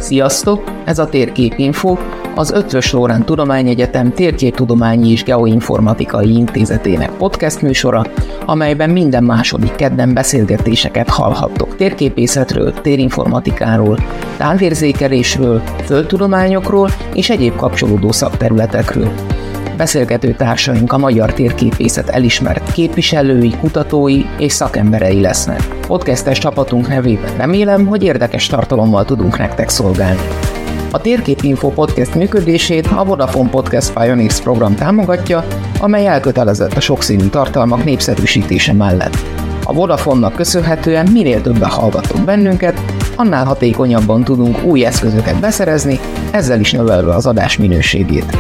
Sziasztok! Ez a Térképinfo, az Eötvös Loránd Tudományegyetem Térképtudományi és Geoinformatikai Intézetének podcast műsora, amelyben minden második kedden beszélgetéseket hallhattok térképészetről, térinformatikáról, távérzékelésről, földtudományokról és egyéb kapcsolódó szakterületekről. Beszélgető társaink a magyar térképészet elismert képviselői, kutatói és szakemberei lesznek. Podcastes csapatunk nevében remélem, hogy érdekes tartalommal tudunk nektek szolgálni. A Térképinfo podcast működését a Vodafone Podcast Pioneers program támogatja, amely elkötelezett a sokszínű tartalmak népszerűsítése mellett. A Vodafone-nak köszönhetően minél többen hallgattok bennünket, annál hatékonyabban tudunk új eszközöket beszerezni, ezzel is növelve az adás minőségét.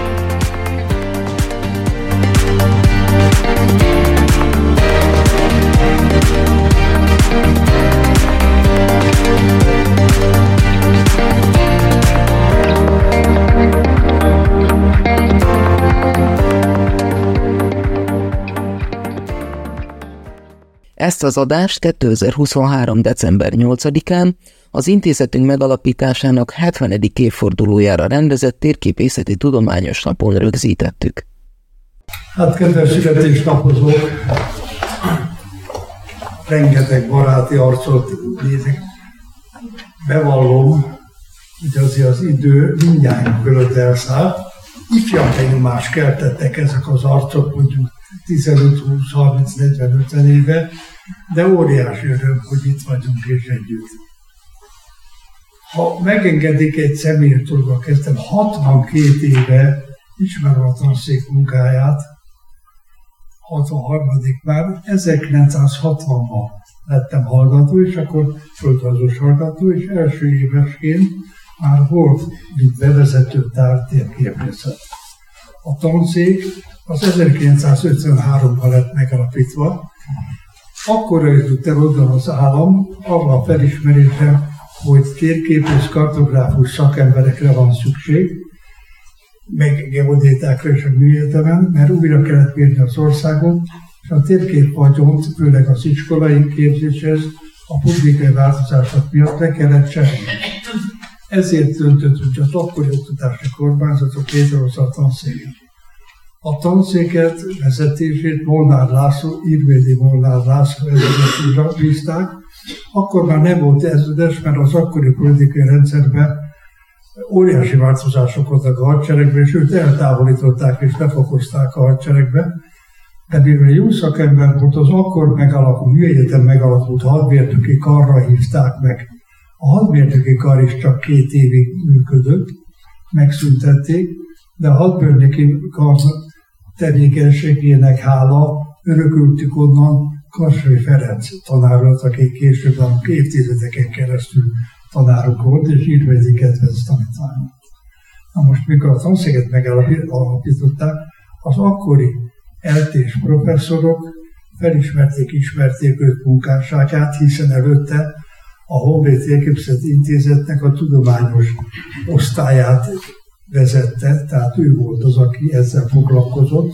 Ezt az adást 2023. december 8-án az intézetünk megalapításának 70. évfordulójára rendezett térképészeti tudományos napon rögzítettük. Hát kedves születésnapozók, rengeteg baráti arcot nézek. Bevallom, hogy azért az idő mindjárt fölött elszállt. Ifjabb benyomást keltettek ezek az arcok, mondjuk 15-20-30-40-50 éve, de óriási öröm, hogy itt vagyunk és együtt. Ha megengedik, egy személyes dologgal kezdtem, 62 éve ismerem a tanszék munkáját, 63. már, 1960-ban lettem hallgató, és akkor földrajzos hallgató, és első évesként már volt, mint bevezető tár térképészet. A tanszék az 1953-ban lett megalapítva, akkor jutott el oda az állam, arra a felismerésre, hogy térképész, kartográfus szakemberekre van szükség, meg geodétákra és a műegyetemen, mert újra kellett mérni az országot, és a térképvagyont, főleg az iskolai képzéshez, a politikai változások miatt le kellett cserélni. Ezért döntött, hogy az akkori oktatási kormányzatok létrehozta a tanszéket. A tanszéket vezetését Molnár László, Irvédi Molnár László ezredesre bízták. Akkor már nem volt ezredes, mert az akkori politikai rendszerben óriási változások voltak a hadseregben, és őt eltávolították és lefokozták a hadseregbe. De mivel jó szakember volt, az akkor megalakult, műegyetem megalakult hadmérnöki karra hívták meg. A hadmérnöki kar is csak 2 évig működött, megszüntették, de a hadmérnöki kar tevékenységének hála örökültük onnan Kassai Ferenc tanárat, aki később évtizedeken keresztül tanárunk volt, és Irvédi kedvenc tanítványunk. Na most, mikor a tanszéket megalapították, az akkori eltés professzorok felismerték, ismerték őt munkásságát, hiszen előtte a Honvéd Térképészeti Intézetnek a tudományos osztályát vezette, tehát ő volt az, aki ezzel foglalkozott,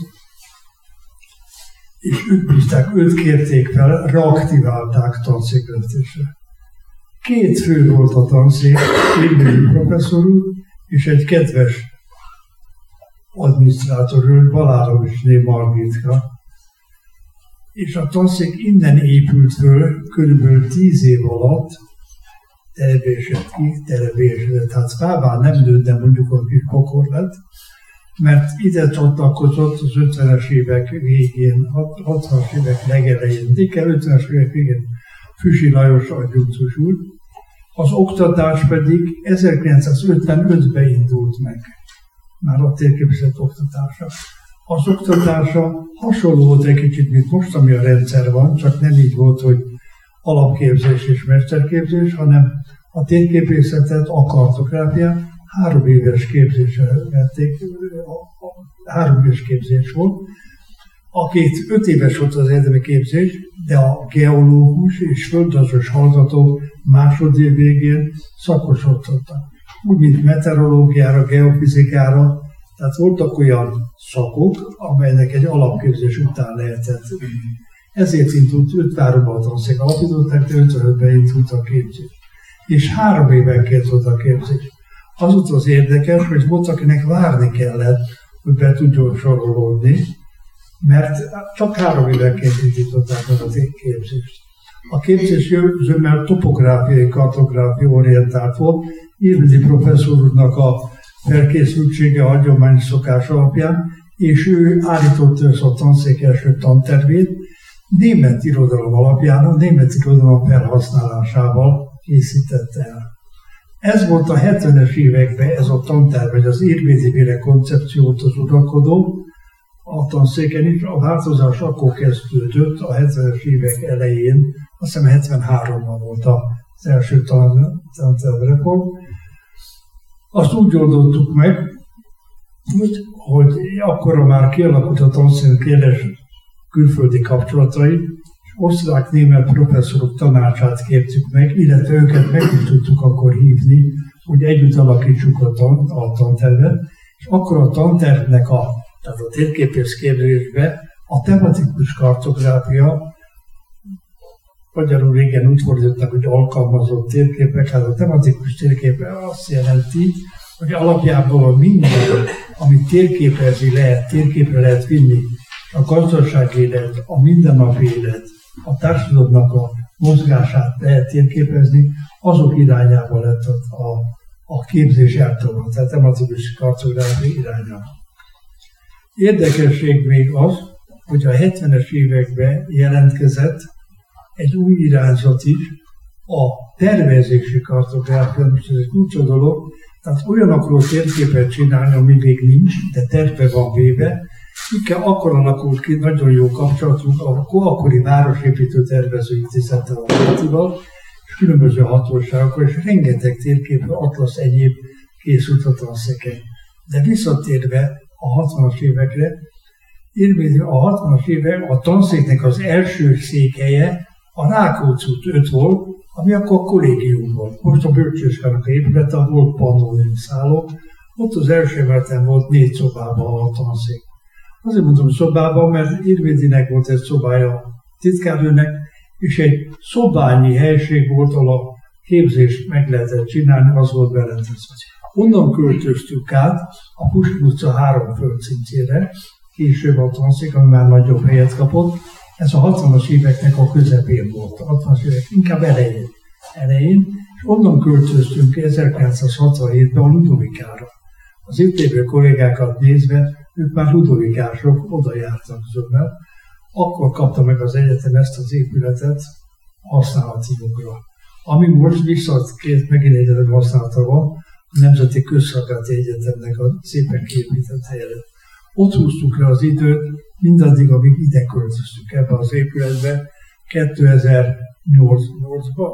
és őt kérték fel, reaktiválták tanszékvezetésre. 2 fő volt a tanszék, Irvédi professzor úr, és egy kedves adminisztrátor, Balárovicsné Margitka. És a tanszék innen épült föl, körülbelül 10 év alatt, terebésedett. Hát Fábán nem nőtt, de mondjuk a kis pokor lett, mert ide csatlakozott az 50-es évek végén, 60-as évek legelején, 50-es évek végén Füsi Lajos adjunktus úr. Az oktatás pedig 1955-ben indult meg, már a térképészet oktatása. Az oktatása hasonló volt egy kicsit, mint most, ami a rendszer van, csak nem így volt, hogy alapképzés és mesterképzés, hanem a térképészetet, a kartográfiát 3 éves képzésre vették, 3 éves képzés volt. A 5 éves volt az egyetemi képzés, de a geológus és földrajzos hallgatók másodév végén szakosodtak. Úgy, mint meteorológiára, geofizikára, tehát voltak olyan szakok, amelynek egy alapképzés után lehetett. Ezért indult 53-ban a tanszék alapították, de 55-ben indult a képzés. És 3 évenként volt a képzés. Az volt az érdekes, hogy volt, akinek várni kellett, hogy be tudjon sorolódni, mert csak 3 évenként indították meg a képzést. A képzés zömmel topográfiai, kartográfia orientált volt, Irvidi professzor úrnak a felkészültsége a hagyományos szokás alapján, és ő állította össze a tanszék első tantervét, német irodalom alapján, a német irodalom felhasználásával készítette el. Ez volt a 70-es években ez a tanterv, vagy az Irvidi-féle koncepciót az uralkodó, a tanszéken is. A változás akkor kezdődött, a 70-es évek elején, azt hiszem 73-ban volt az első tantervreform. Azt úgy oldottuk meg, hogy akkora már kialakult a tanszék éles külföldi kapcsolatai, és osztrák-német professzorok tanácsát kértük meg, illetve őket meg is tudtuk akkor hívni, hogy együtt alakítsuk a tantervet, és akkor a tantervnek tehát a térképész képzésbe a tematikus kartográfia, magyarul régen úgy fordítottak, hogy alkalmazott térképek, hát a tematikus térképe azt jelenti, hogy alapjából minden, amit térképre lehet vinni, a gazdasági élet, a mindennapi élet, a társadalomnak a mozgását lehet térképezni, azok irányába lett a képzés eltolva, tehát tematikus kartográfia irányába. Érdekesség még az, hogy a 70-es években jelentkezett egy új irányzat is, a tervezési kartográfia, most ez egy kulcs dolog, tehát olyan akaró térképet csinálni, ami még nincs, de terve van véve, akkor alakult ki nagyon jó kapcsolatunk a akkori Városépítő Tervező Intézettel, a Mártival, és különböző hatóságokkal, és rengeteg térkép, atlasz egyéb készült a tanszéken. De visszatérve a 60-as évekre, a 60-as évek a tanszéknek az első székhelye a Rákóczi út 5 volt, ami akkor kollégium volt. Most a bölcsőskának épülete, volt pannónium szálló, ott az első emeleten volt 4 szobában a tanszék. Azért mondom szobában, mert Irvidinek volt egy szobája titkárnőnek, és egy szobányi helység volt, ahol a képzést meg lehetett csinálni, az volt berendezve. Onnan költöztük át a Puskyn utca 3 földszintjére, később a tanszék, ami már nagyobb helyet kapott. Ez a 60-as éveknek a közepén volt, a 60-as évek inkább elején, és onnan költöztünk 1967-ben a Ludovikára. Az itt lévő kollégákat nézve, ők már ludovikások, oda jártak zömmel. Akkor kapta meg az egyetem ezt az épületet használati jogra. Ami most visszakért megint egyetem használata van, a Nemzeti Közszolgálati Egyetemnek a szépen kiépített helyre. Ott húztuk le az időt, mindaddig, amíg ide költöztünk ebbe az épületbe, 2008-ban.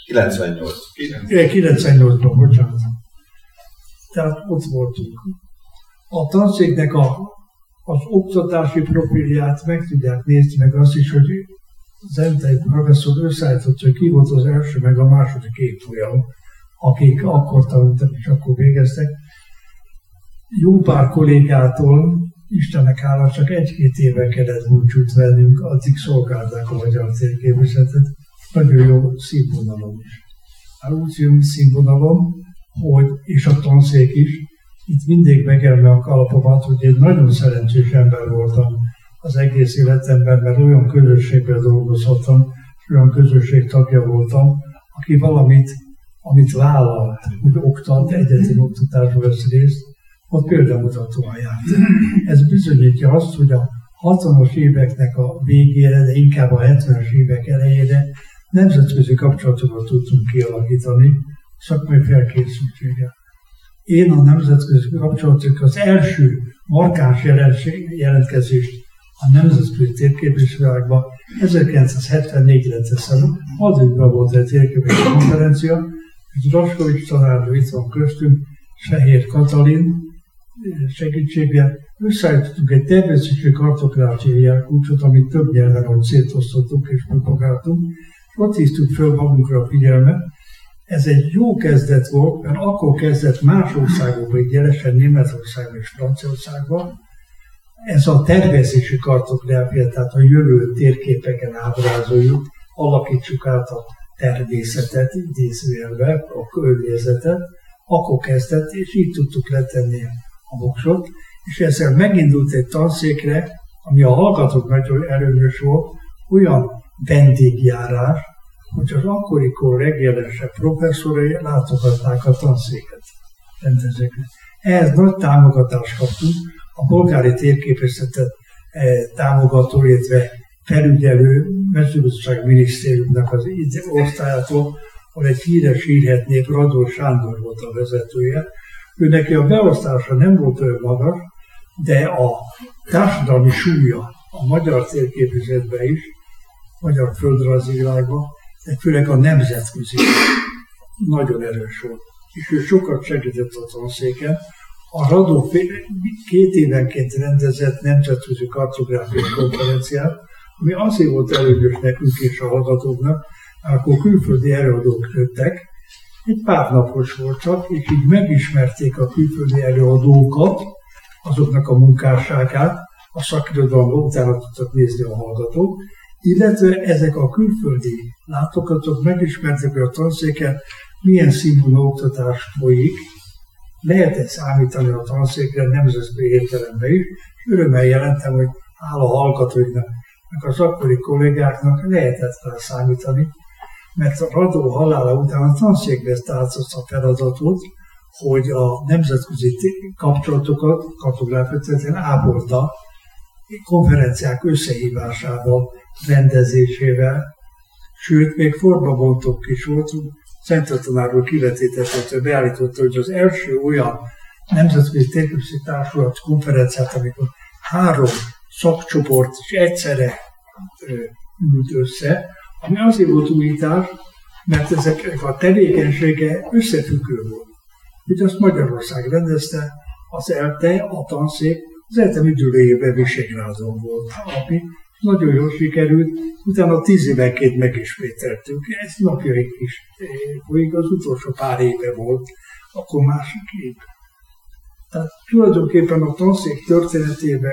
98-ban, bocsánat. Tehát ott voltunk. A tanszéknek az oktatási profilját meg tudják nézni, meg azt is, hogy Zentei professzor összeállított, hogy ki volt az első, meg a második évfolyam, akik akkor tanultak és akkor végeztek. Jó pár kollégától, Istennek hála, csak 1-2 éve kellett búcsút vennünk, addig szolgálták a magyar térképészetet. Nagyon jó színvonalon is. Úgy jön színvonalon, hogy, és a tanszék is, itt mindig megelme a kalapomat, hogy én nagyon szerencsés ember voltam az egész életemben, mert olyan közösségben dolgozhattam, és olyan közösség tagja voltam, aki valamit, amit vállalt, hogy oktat, egyetemi oktatásban vesz részt, ott példamutatóan járt. Ez bizonyítja azt, hogy a 60-as éveknek a végére, de inkább a 70-es évek elejére nemzetközi kapcsolatokat tudtunk kialakítani, szakmai felkészültséggel. Én a nemzetközi kapcsolatok az első markáns jelentkezést a nemzetközi térképviselőkben 1974-re teszem. Madridban volt egy térképviselő konferencia, és Draskovics tanárnő itt van köztünk, Fehér Katalin segítségével összeállítottunk egy tervezési kartográfiai jelkulcsot, amit több nyelven ott szétosztottuk és propagáltunk, és ott hívtuk föl magunkra a figyelmet. Ez egy jó kezdet volt, mert akkor kezdett más országokban, így jelesen Németországban és Franciaországban, ez a tervezési kartográfia, tehát a jövő térképeken ábrázoljuk, alakítsuk át a természetet, idézőjelbe, a környezetet, akkor kezdett, és így tudtuk letenni a voksot, és ezzel megindult egy tanszékre, ami a hallgatók nagyon előnyös volt, olyan vendégjárás, hogy az akkorikor legjelesebb professzorai látogatták a tanszéket rendezőkre. Ehhez nagy támogatást kaptunk, a bolgári térképészetet támogató, illetve felügyelő mezőgazdasági minisztériumnak az osztályától, ahol egy híres hírhetnép Radó Sándor volt a vezetője. Ő neki a beosztása nem volt olyan magas, de a társadalmi súlya a magyar térképészetben is, magyar földrajzi világban, de főleg a nemzetközi nagyon erős volt. És ő sokat segített a tanszéken. A Radó 2 évenként rendezett nemzetközi kartográfiai konferenciát, ami azért volt előnyös nekünk és a hallgatóknak, akkor külföldi előadók jöttek, egy pár napos volt csak, és így megismerték a külföldi előadókat, azoknak a munkásságát, a szakirodalomban utána tudtak nézni a hallgatók, illetve ezek a külföldi látogatók megismerték, hogy a tanszéken milyen színvonalú oktatás folyik, lehet-e számítani a tanszékre nemzetközi értelemben is, és örömmel jelentem, hogy hála a hallgatóknak, meg az akkori kollégáknak lehetett rá számítani, mert a Radó halála után a tanszék vett át azt a feladatot, hogy a nemzetközi kapcsolatokat kartográfiai területen ápolta, konferenciák összehívásával, rendezésével, sőt, még formabontók is voltunk. Szent Tanár úr kivetítettető beállította, hogy az első olyan nemzetközi térképészeti társulat konferenciát, amikor 3 szakcsoport is egyszerre ült össze, ami azért volt újítás, mert ezek a tevékenysége összefüggő volt. Úgy azt Magyarország rendezte, az ELTE, a tanszék, az ELTE üdülőjében Visegrádon volt, ami nagyon jól sikerült, utána 10 évenként megismételtük. Ez napjaik is folyik, az utolsó pár éve volt, akkor másik év. Tehát tulajdonképpen a tanszék történetében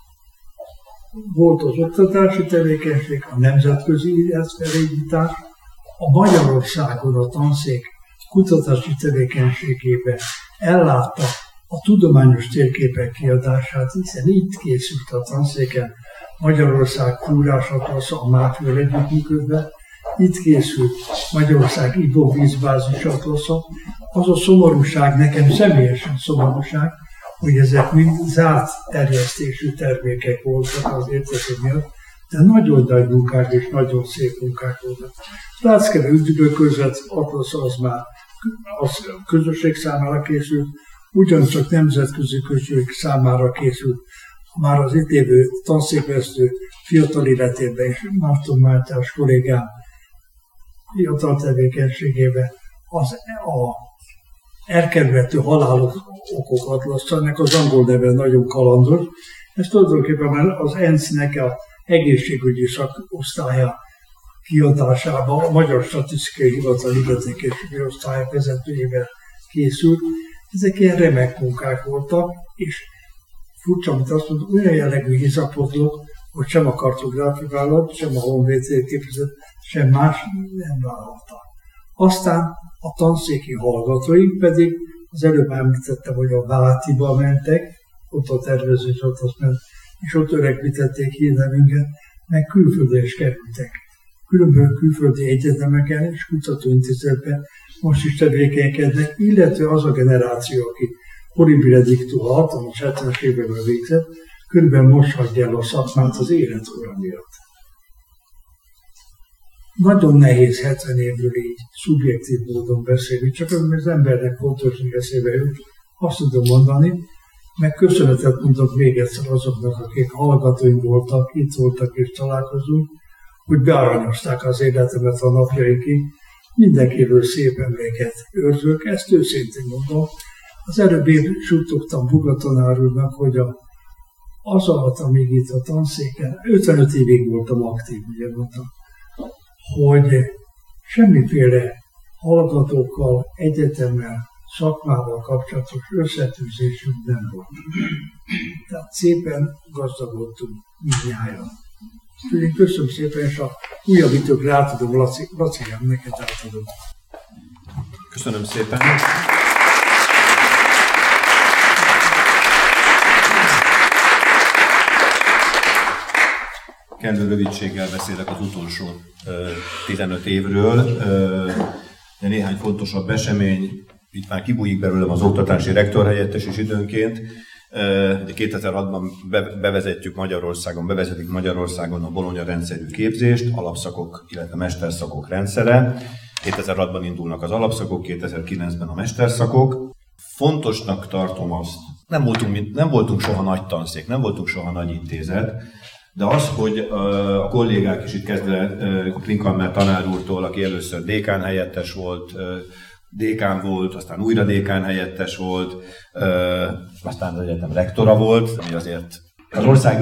volt az oktatási tevékenység, a nemzetközi elindítás, a Magyarországon a tanszék kutatási tevékenységében ellátta a tudományos térképek kiadását, hiszen itt készült a tanszéken Magyarország Kúrás Atlasza, a MÁV-vel együttműködve, itt készült Magyarország ivóvízbázis atlasza. Az a szomorúság, nekem személyesen szomorúság, hogy ezek mind zárt terjesztésű termékek voltak az értéke miatt, de nagyon nagy munkák és nagyon szép munkák voltak. Ráckeve üdülőközlet atlasza az már az közösség számára készült, ugyancsak nemzetközi közösség számára készült, már az itt lévő tanszékvezető fiatal életében is, Márton Mátyás kollégám fiatal tevékenységében az a elkerülhető halálok okok atlasza, ennek az angol neve nagyon kalandos. Ez tulajdonképpen már az ENSZ-nek az egészségügyi szakosztálya kiadásába, a Magyar Statisztikai Hivatal illetékességi osztálya vezetőjével készült. Ezek ilyen remek munkák voltak, és furcsa, amit azt mondom, olyan jellegű hízapodlók, hogy sem a kartográfia vállalat, sem a Honvéd térképészet, sem más nem vállalta. Aztán a tanszéki hallgatóink pedig, az előbb említettem, hogy a Vátiba mentek, ott a tervezés ott azt ment, és ott öregbítették hírnevünket, meg külföldre is kerültek. Különböző külföldi egyetemeken és kutatóintézetben most is tevékenykednek, illetve az a generáció, aki Horribile Dictu 60-as, 70-es években végzett, körülbelül most hagyja el a szakmát az életkora miatt. Nagyon nehéz 70 évről így szubjektív módon beszélni, csak az embernek fontos, hogy eszébe jut, azt tudom mondani, meg köszönetet mondok még egyszer azoknak, akik hallgatóink voltak, itt voltak és találkozunk, hogy bearanyozták az életemet a napjainkig. Mindenkiről szép emléket őrzök, ezt őszintén mondom. Az előbb én suttogtam Buga tanár úrnak, hogy az alatt, amíg itt a tanszéken, 55 évig voltam aktív, ugye mondtam, hogy semmiféle hallgatókkal, egyetemmel, szakmával kapcsolatos összetűzésünk nem volt. Tehát szépen gazdagodtunk mindnyájan. Úgyhogy köszönöm szépen, és a újabb időkre átadom, Laci, neked átadom. Köszönöm szépen. kellő rövidséggel beszélek az utolsó 15 évről. De néhány fontosabb esemény, itt már kibújik belőlem az oktatási rektorhelyettes is időnként. 2006-ban bevezetik Magyarországon a Bologna rendszerű képzést, alapszakok, illetve mesterszakok rendszere. 2006-ban indulnak az alapszakok, 2009-ben a mesterszakok. Fontosnak tartom azt, nem voltunk soha nagy tanszék, nem voltunk soha nagy intézet, de az, hogy a kollégák is itt kezdve Klinkhammer tanár úrtól, aki először dékán helyettes volt, dékán volt, aztán újra dékán helyettes volt, aztán az egyetem rektora volt, ami azért az ország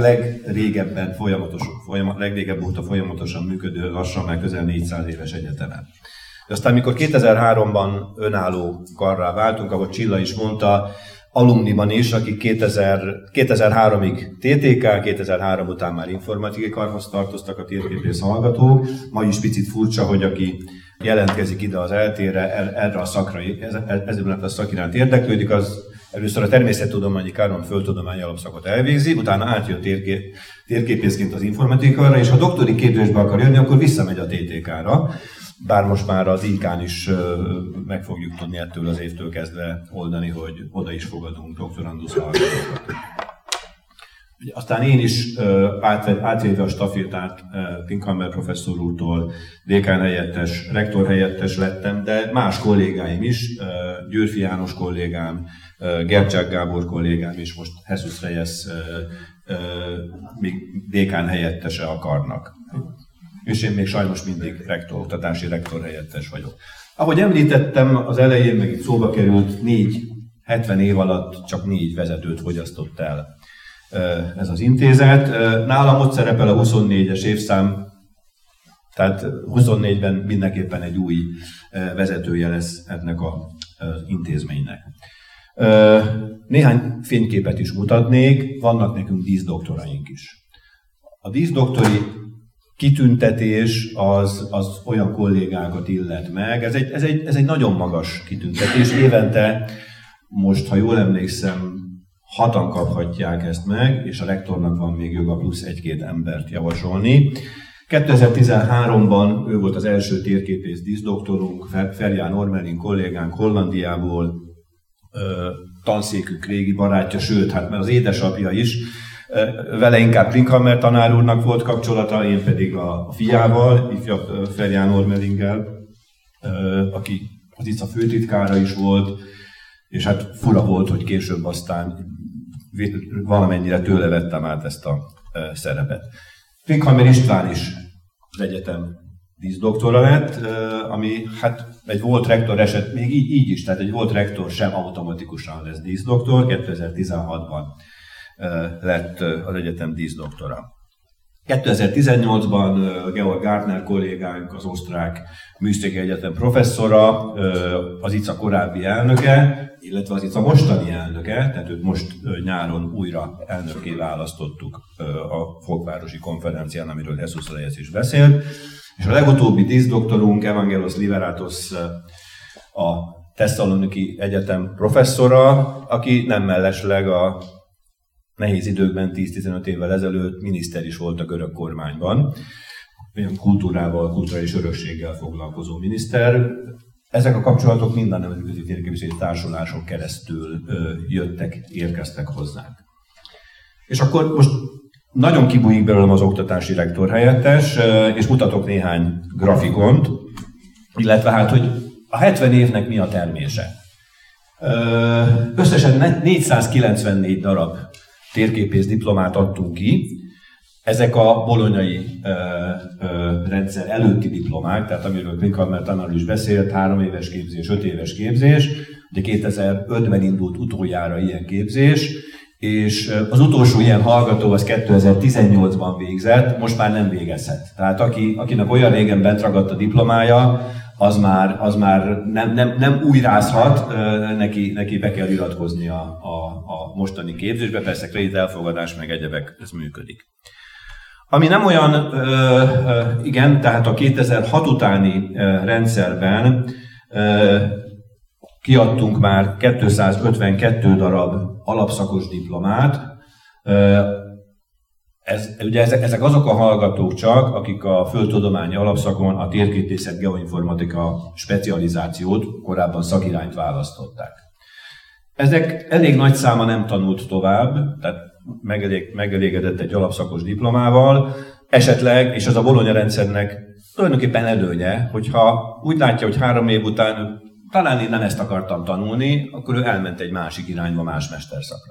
legrégebb óta folyamatosan működő, lassan már közel 400 éves egyeteme. De aztán, mikor 2003-ban önálló karrá váltunk, ahogy Csilla is mondta, alumniban is, akik 2003-ig TTK, 2003 után már informatikai karhoz tartoztak a térképész hallgatók. Ma is picit furcsa, hogy aki jelentkezik ide az eltére, erre a szakra, ezért a szak iránt érdeklődik, az először a természettudományi káron földtudományi alapszakot elvégzi, utána átjön térképészként az informatikára, és ha doktori képzésbe akar jönni, akkor visszamegy a TTK-ra. Bár most már az IK-n is meg fogjuk tudni ettől az évtől kezdve oldani, hogy oda is fogadunk doktorandusz hallgatókat. Aztán én is átvéve a stafétát Klinkhammer professzor úrtól dékán helyettes, rektor helyettes lettem, de más kollégáim is, Győrfi János kollégám, Gercsák Gábor kollégám, és most Jesus Reyes még dékán helyettese akarnak. És én még sajnos mindig oktatási rektor helyettes vagyok. Ahogy említettem, az elején meg itt szóba került, 70 év alatt csak 4 vezetőt fogyasztott el ez az intézet. Nálam ott szerepel a 24-es évszám, tehát 24-ben mindenképpen egy új vezetője lesz ennek az intézménynek. Néhány fényképet is mutatnék, vannak nekünk díszdoktoraink is. A díszdoktori kitüntetés az olyan kollégákat illet meg. Ez egy nagyon magas kitüntetés. Évente, most, ha jól emlékszem, 6-an kaphatják ezt meg, és a rektornak van még joga plusz 1-2 embert javasolni. 2013-ban ő volt az első térképész díszdoktorunk, Ferján Ormelin kollégánk Hollandiából, tanszékük régi barátja, sőt, hát mert az édesapja is, vele inkább Klinkhammer tanár úrnak volt kapcsolata, én pedig a fiával, ifjabb Ferján Ormelinggel, aki az ICA főtitkára is volt, és hát fura volt, hogy később aztán valamennyire tőle vettem át ezt a szerepet. Klinkhammer István is az egyetem díszdoktora lett, ami hát egy volt rektor eset, még így is, tehát egy volt rektor sem automatikusan lesz díszdoktor, 2016-ban lett az egyetem díszdoktora. 2018-ban Georg Gärtner kollégánk, az osztrák műszaki egyetem professzora, az ICA korábbi elnöke, illetve az ICA mostani elnöke, tehát őt most nyáron újra elnökké választottuk a Fokvárosi konferencián, amiről Jesus Reyes is beszélt. És a legutóbbi díszdoktorunk, Evangelos Liveratos, a Tesszaloniki Egyetem professzora, aki nem mellesleg a nehéz időkben 10-15 évvel ezelőtt miniszter is volt a görög kormányban, olyan kultúrával, kulturális örökséggel foglalkozó miniszter. Ezek a kapcsolatok minden nemzetközi térképészeti társulások keresztül érkeztek hozzánk. És akkor most nagyon kibújik belőlem az oktatási rektor helyettes, és mutatok néhány grafikont, illetve hát, hogy a 70 évnek mi a termése. Összesen 494 darab térképész diplomát adtunk ki. Ezek a bolognai rendszer előtti diplomák, tehát amiről Klinkhammer tanár is beszélt, 3 éves képzés, 5 éves képzés. Ugye 2005-ben indult utoljára ilyen képzés, és az utolsó ilyen hallgató az 2018-ban végzett, most már nem végezhet. Tehát akinek olyan régen bent ragadt a diplomája, az már nem újrázhat, neki be kell iratkozni a mostani képzésbe, persze kredit elfogadás meg egyebek, ez működik. Ami nem olyan, igen, tehát a 2006 utáni rendszerben kiadtunk már 252 darab alapszakos diplomát. Ezek azok a hallgatók csak, akik a földtudományi alapszakon a térképészet geoinformatika specializációt, korábban szakirányt választották. Ezek elég nagy száma nem tanult tovább, tehát megelégedett egy alapszakos diplomával, esetleg, és ez a Bologna rendszernek tulajdonképpen előnye, hogyha úgy látja, hogy 3 év után talán én nem ezt akartam tanulni, akkor ő elment egy másik irányba, más mesterszakra.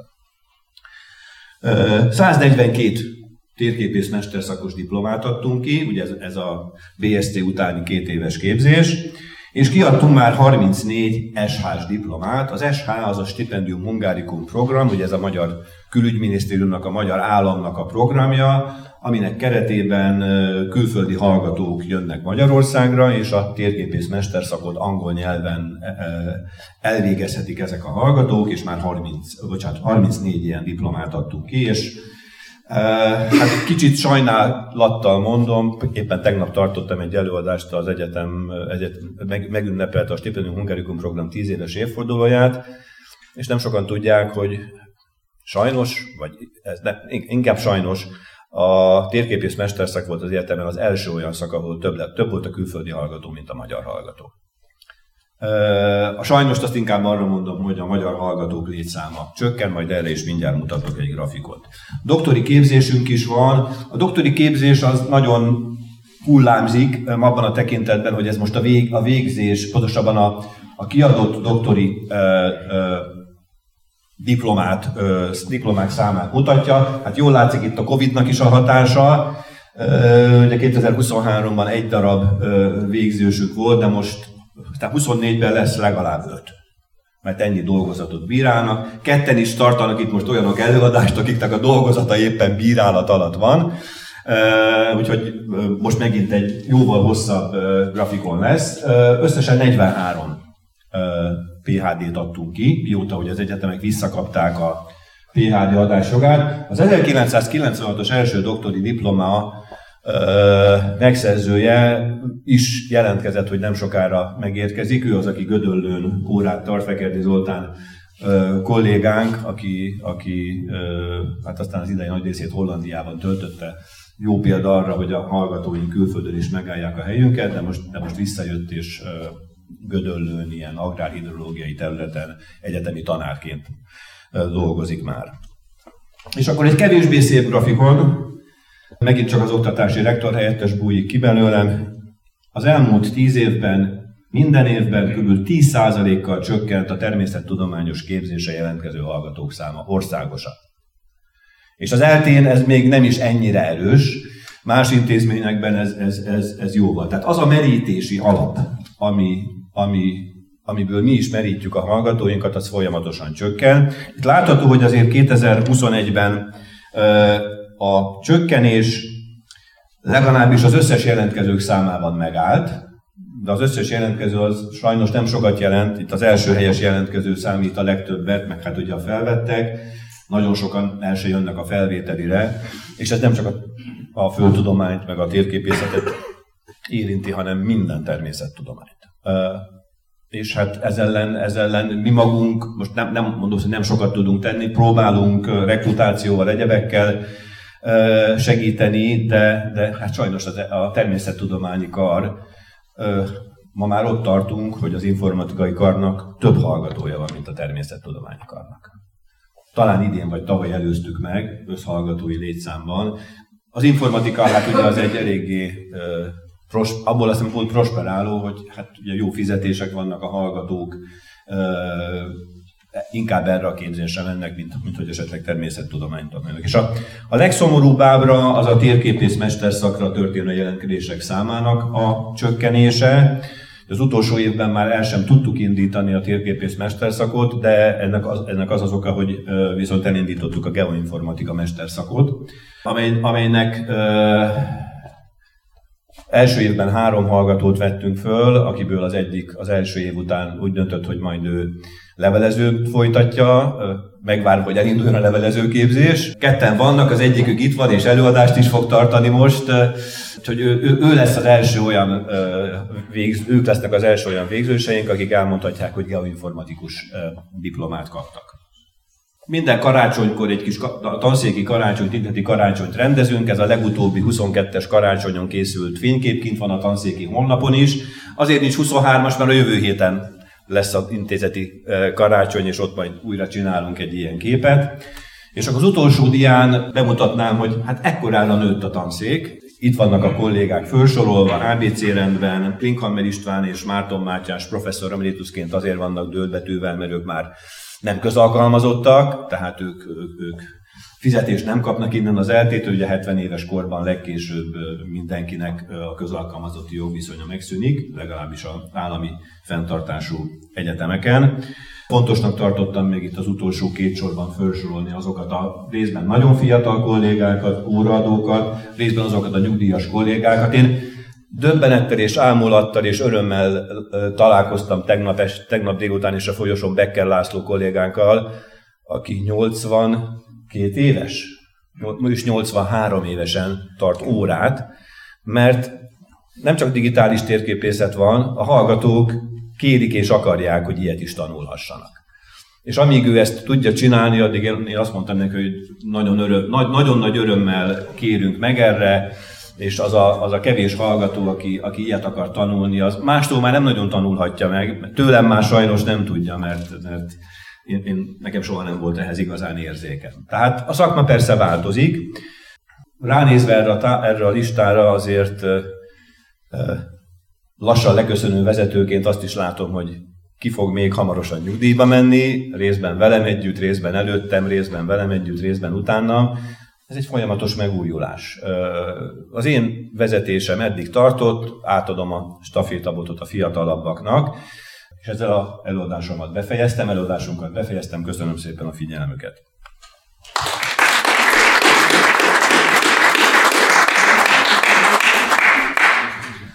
142 térképész mesterszakos diplomát adtunk ki, ugye ez a BSc utáni 2 éves képzés, és kiadtunk már 34 SH-s diplomát. Az SH az a Stipendium Hungarikum program, ugye ez a Magyar Külügyminisztériumnak, a Magyar Államnak a programja, aminek keretében külföldi hallgatók jönnek Magyarországra, és a térképész mesterszakot angol nyelven elvégezhetik ezek a hallgatók, és már 34 ilyen diplomát adtunk ki, és hát kicsit sajnálattal mondom, éppen tegnap tartottam egy előadást az egyetem megünnepelte a Stipendium Hungarikum program 10 éves évfordulóját, és nem sokan tudják, hogy sajnos, vagy inkább sajnos, a térképész mesterszak volt az egyetemen az első olyan szak, ahol több volt a külföldi hallgató, mint a magyar hallgató. A sajnos azt inkább arra mondom, hogy a magyar hallgatók létszáma csökken, majd erre is mindjárt mutatok egy grafikot. Doktori képzésünk is van. A doktori képzés az nagyon hullámzik abban a tekintetben, hogy ez most a végzés, pontosabban a kiadott doktori diplomák számát mutatja. Hát jól látszik itt a Covid-nak is a hatása. Ugye 2023-ban 1 darab végzősük volt, de most tehát 24-ben lesz legalább 5, mert ennyi dolgozatot bírálnak. 2 is tartanak itt most olyanok előadást, akiknek a dolgozata éppen bírálat alatt van. Úgyhogy most megint egy jóval hosszabb grafikon lesz. Összesen 43 PhD-t adtunk ki, mióta hogy az egyetemek visszakapták a PhD adásjogát. Az 1996-os első doktori diploma megszerzője is jelentkezett, hogy nem sokára megérkezik. Ő az, aki Gödöllőn órát tart, Fekerdi Zoltán kollégánk, aki hát aztán az idei nagy részét Hollandiában töltötte. Jó példa arra, hogy a hallgatóink külföldön is megállják a helyünket, de most visszajött és Gödöllőn ilyen agrárhidrológiai területen egyetemi tanárként dolgozik már. És akkor egy kevésbé szép grafikon, megint csak az oktatási rektor helyettes bújik ki belőlem. Az elmúlt 10 évben, minden évben kb. 10%-kal csökkent a természettudományos képzésre jelentkező hallgatók száma országosan. És az ELTE-n ez még nem is ennyire erős, más intézményekben ez jóval. Tehát az a merítési alap, amiből mi is merítjük a hallgatóinkat, az folyamatosan csökken. Itt látható, hogy azért 2021-ben a csökkenés legalábbis az összes jelentkezők számában megállt, de az összes jelentkező az sajnos nem sokat jelent, itt az első helyes jelentkező számít a legtöbbet, meg hát ugye a felvettek, nagyon sokan el se jönnek a felvételire, és ez nem csak a földtudományt, meg a térképészetet érinti, hanem minden természettudományt. És hát ez ellen mi magunk, most nem mondom, hogy nem sokat tudunk tenni, próbálunk rekrutációval, egyebekkel segíteni, de hát sajnos a természettudományi kar, ma már ott tartunk, hogy az informatikai karnak több hallgatója van, mint a természettudományi karnak. Talán idén vagy tavaly előztük meg összhallgatói létszámban. Az informatika, hát ugye az egy eléggé abból azt mondom, prosperáló, hogy hát ugye jó fizetések vannak a hallgatók, inkább erre a képzésre mennek, mint hogy esetleg természettudományt tanulnak. És a legszomorúbb ábra az a térképész mesterszakra történő jelentkezések számának a csökkenése. Az utolsó évben már el sem tudtuk indítani a térképész mesterszakot, de ennek az oka, hogy viszont elindítottuk a geoinformatika mesterszakot, amelynek első évben 3 hallgatót vettünk föl, akiből az egyik az első év után úgy döntött, hogy majd ő levelezőt folytatja, megvárva, hogy elinduljon a levelezőképzés. 2 vannak, az egyikük itt van, és előadást is fog tartani most, úgyhogy ő lesz az első olyan ők lesznek az első olyan végzőseink, akik elmondhatják, hogy geoinformatikus diplomát kaptak. Minden karácsonykor egy kis tanszéki karácsonyt, interneti karácsonyt rendezünk, ez a legutóbbi 22-es karácsonyon készült fénykép, kint van a tanszéki honlapon is. Azért nincs 23-as, mert a jövő héten lesz az intézeti karácsony, és ott majd újra csinálunk egy ilyen képet. És akkor az utolsó dián bemutatnám, hogy hát ekkorára nőtt a tanszék. Itt vannak a kollégák felsorolva, ABC rendben, Klinkhammer István és Márton Mátyás professzor emeritusként azért vannak dőltbetűvel, mert ők már nem közalkalmazottak, tehát ők fizetést nem kapnak innen az eltétől, ugye 70 éves korban legkésőbb mindenkinek a közalkalmazotti jogviszonya megszűnik, legalábbis az állami fenntartású egyetemeken. Fontosnak tartottam még itt az utolsó két sorban felsorolni azokat a részben nagyon fiatal kollégákat, óraadókat, részben azokat a nyugdíjas kollégákat. Én döbbenettel és ámulattal és örömmel találkoztam tegnap délután is a folyosón Becker László kollégánkkal, aki 82 éves, és 83 évesen tart órát, mert nem csak digitális térképészet van, a hallgatók kérik és akarják, hogy ilyet is tanulhassanak. És amíg ő ezt tudja csinálni, addig én azt mondtam neki, hogy nagyon nagy örömmel kérünk meg erre, és az a kevés hallgató, aki ilyet akar tanulni, az mástól már nem nagyon tanulhatja meg. Tőlem már sajnos nem tudja, mert nekem soha nem volt ehhez igazán érzékem. Tehát a szakma persze változik. Ránézve erre a listára azért lassan leköszönő vezetőként azt is látom, hogy ki fog még hamarosan nyugdíjba menni, részben velem együtt, részben előttem, részben velem együtt, részben utánam. Ez egy folyamatos megújulás. Az én vezetésem eddig tartott, átadom a stafétabotot a fiatalabbaknak, és ezzel az előadásunkat befejeztem, köszönöm szépen a figyelmüket.